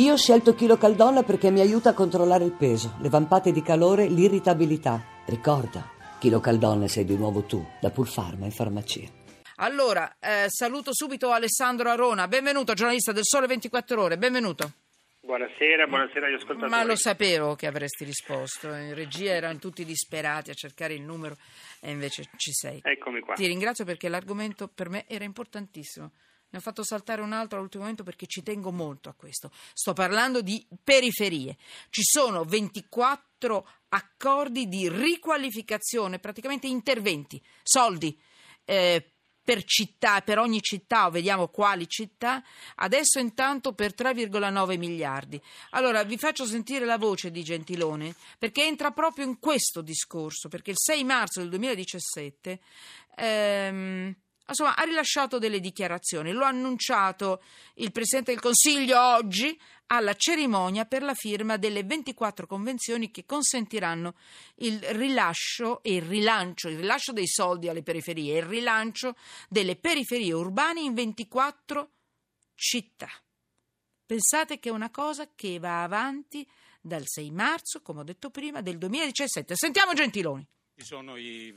Io ho scelto KiloCaldon perché mi aiuta a controllare il peso, le vampate di calore, l'irritabilità. Ricorda, KiloCaldon sei di nuovo tu, da Pulpharma in farmacia. Allora, saluto subito Alessandro Arona, benvenuto, giornalista del Sole 24 Ore, benvenuto. Buonasera agli ascoltatori. Ma lo sapevo che avresti risposto, in regia erano tutti disperati a cercare il numero e invece ci sei. Eccomi qua. Ti ringrazio perché l'argomento per me era importantissimo. Ne ho fatto saltare un altro all'ultimo momento perché ci tengo molto a questo. Sto parlando di periferie. Ci sono 24 accordi di riqualificazione, praticamente interventi, soldi per città, per ogni città, o vediamo quali città, adesso intanto per 3,9 miliardi. Allora vi faccio sentire la voce di Gentiloni perché entra proprio in questo discorso, perché il 6 marzo del 2017 insomma, ha rilasciato delle dichiarazioni, lo ha annunciato il Presidente del Consiglio oggi alla cerimonia per la firma delle 24 convenzioni che consentiranno il rilascio dei soldi alle periferie, il rilancio delle periferie urbane in 24 città. Pensate che è una cosa che va avanti dal 6 marzo, come ho detto prima, del 2017. Sentiamo Gentiloni. Ci sono i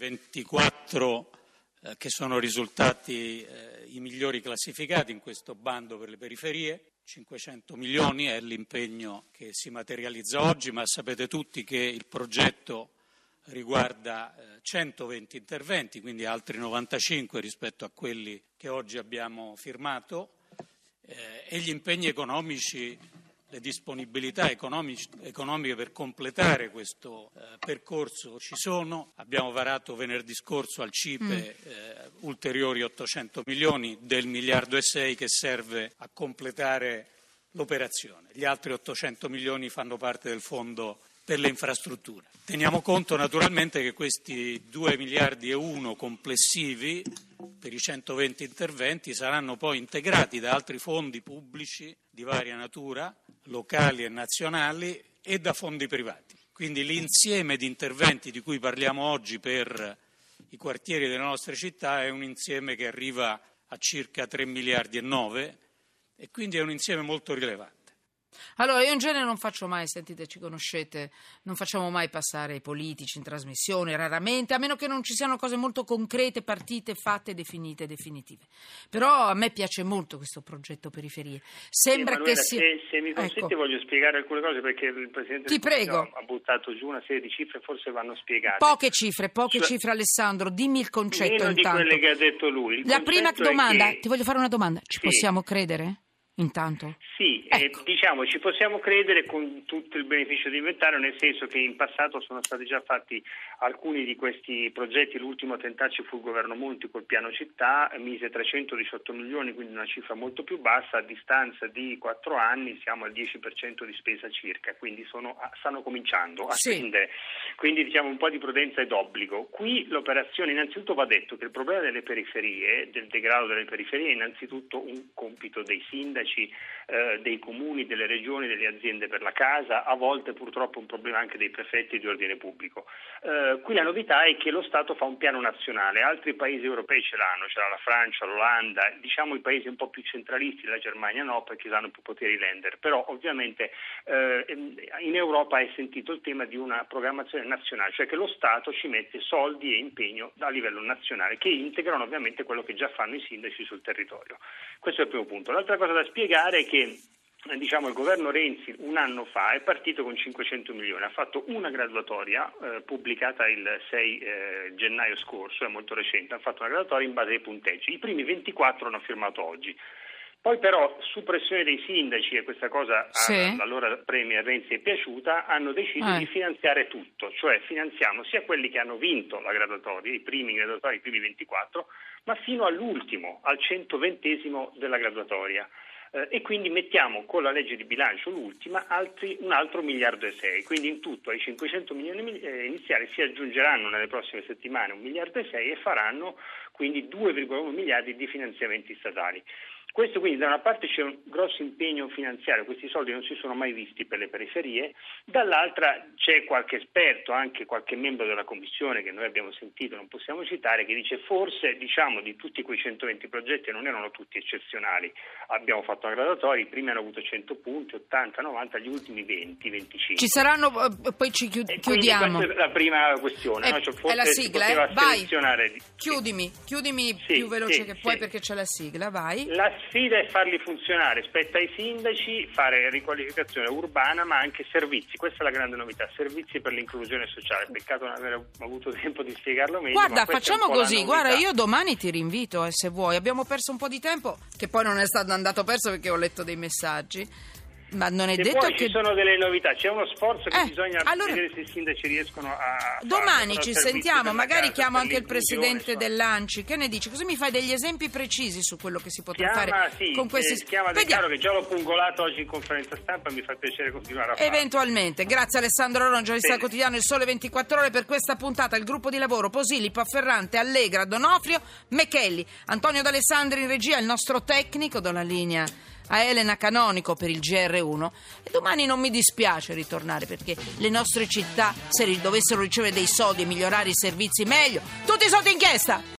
24 che sono risultati i migliori classificati in questo bando per le periferie. 500 milioni è l'impegno che si materializza oggi, ma sapete tutti che il progetto riguarda 120 interventi, quindi altri 95 rispetto a quelli che oggi abbiamo firmato, e gli impegni economici, le disponibilità economiche per completare questo percorso ci sono. Abbiamo varato venerdì scorso al CIPE ulteriori 800 milioni del 1,6 miliardi che serve a completare l'operazione. Gli altri 800 milioni fanno parte del fondo per le infrastrutture. Teniamo conto naturalmente che questi 2,1 miliardi complessivi per i 120 interventi saranno poi integrati da altri fondi pubblici di varia natura, locali e nazionali, e da fondi privati. Quindi l'insieme di interventi di cui parliamo oggi per i quartieri delle nostre città è un insieme che arriva a circa 3,9 miliardi e quindi è un insieme molto rilevante. Allora, io in genere non faccio mai, sentite, ci conoscete, non facciamo mai passare i politici in trasmissione, raramente, a meno che non ci siano cose molto concrete, partite, fatte, definite, definitive. Però a me piace molto questo progetto periferie. Sembra Emanuela, che sia... se mi consente, voglio spiegare alcune cose perché il Presidente Ti prego. ha buttato giù una serie di cifre, forse vanno spiegate. Poche cifre, Alessandro, dimmi il concetto meno intanto. Di quelle che ha detto lui. La prima domanda, che... ti voglio fare una domanda, ci possiamo credere? Intanto? Sì, ecco. Ci possiamo credere con tutto il beneficio di inventario, nel senso che in passato sono stati già fatti alcuni di questi progetti. L'ultimo a tentarci fu il governo Monti col piano città, mise 318 milioni, quindi una cifra molto più bassa. A distanza di 4 anni siamo al 10% di spesa circa, quindi stanno cominciando a spendere. Quindi diciamo un po' di prudenza è d'obbligo. Qui l'operazione, innanzitutto va detto che il problema delle periferie, del degrado delle periferie, è innanzitutto un compito dei sindaci, dei comuni, delle regioni, delle aziende per la casa, a volte purtroppo un problema anche dei prefetti di ordine pubblico. Qui la novità è che lo Stato fa un piano nazionale, altri paesi europei ce l'hanno, ce l'ha la Francia, l'Olanda, diciamo i paesi un po' più centralisti, la Germania no, perché hanno più poteri lender, però ovviamente in Europa è sentito il tema di una programmazione nazionale, cioè che lo Stato ci mette soldi e impegno a livello nazionale, che integrano ovviamente quello che già fanno i sindaci sul territorio. Questo è il primo punto. L'altra cosa da spiegare è che il governo Renzi un anno fa è partito con 500 milioni, ha fatto una graduatoria pubblicata il 6 gennaio scorso, è molto recente, ha fatto una graduatoria in base ai punteggi, i primi 24 hanno firmato oggi. Poi però, su pressione dei sindaci, e questa cosa all'allora premier Renzi è piaciuta, hanno deciso di finanziare tutto, cioè finanziamo sia quelli che hanno vinto la graduatoria, i primi graduatori, i primi 24, ma fino all'ultimo, al 120esimo della graduatoria. E quindi mettiamo con la legge di bilancio l'ultima un altro 1,6 miliardi, quindi in tutto ai 500 milioni iniziali si aggiungeranno nelle prossime settimane 1,6 miliardi e faranno quindi 2,1 miliardi di finanziamenti statali. Questo quindi da una parte c'è un grosso impegno finanziario, questi soldi non si sono mai visti per le periferie, dall'altra c'è qualche esperto, anche qualche membro della commissione che noi abbiamo sentito, non possiamo citare, che dice forse di tutti quei 120 progetti non erano tutti eccezionali, abbiamo fatto una graduatoria, i primi hanno avuto 100 punti, 80, 90, gli ultimi 20, 25. Ci saranno, poi ci chiudiamo. Questa è la prima questione, no? Cioè, è la sigla, vai, chiudimi sì, più veloce che puoi sì. perché c'è la sigla, vai. La sfida è farli funzionare, spetta ai sindaci fare riqualificazione urbana ma anche servizi, questa è la grande novità, servizi per l'inclusione sociale, peccato non aver avuto tempo di spiegarlo meglio. Guarda, facciamo così, guarda, io domani ti rinvito se vuoi, abbiamo perso un po' di tempo che poi non è stato andato perso perché ho letto dei messaggi. Ma non è detto poi che ci sono delle novità, c'è uno sforzo che bisogna vedere se i sindaci riescono a domani fare, ci sentiamo, magari chiamo anche il presidente insomma. dell'ANCI, che ne dici? Così mi fai degli esempi precisi su quello che si potrà fare con questi chiama De Caro, che già l'ho pungolato oggi in conferenza stampa, mi fa piacere continuare a farlo. Eventualmente. Grazie Alessandro Roron, giornalista quotidiano Il Sole 24 Ore, per questa puntata. Il gruppo di lavoro: Posilli, Pafferrante, Allegra, Donofrio, Mechelli, Antonio D'Alessandri in regia, il nostro tecnico. Do la linea a Elena Canonico per il GR1 e domani non mi dispiace ritornare, perché le nostre città, se dovessero ricevere dei soldi e migliorare i servizi meglio, tutti sotto inchiesta.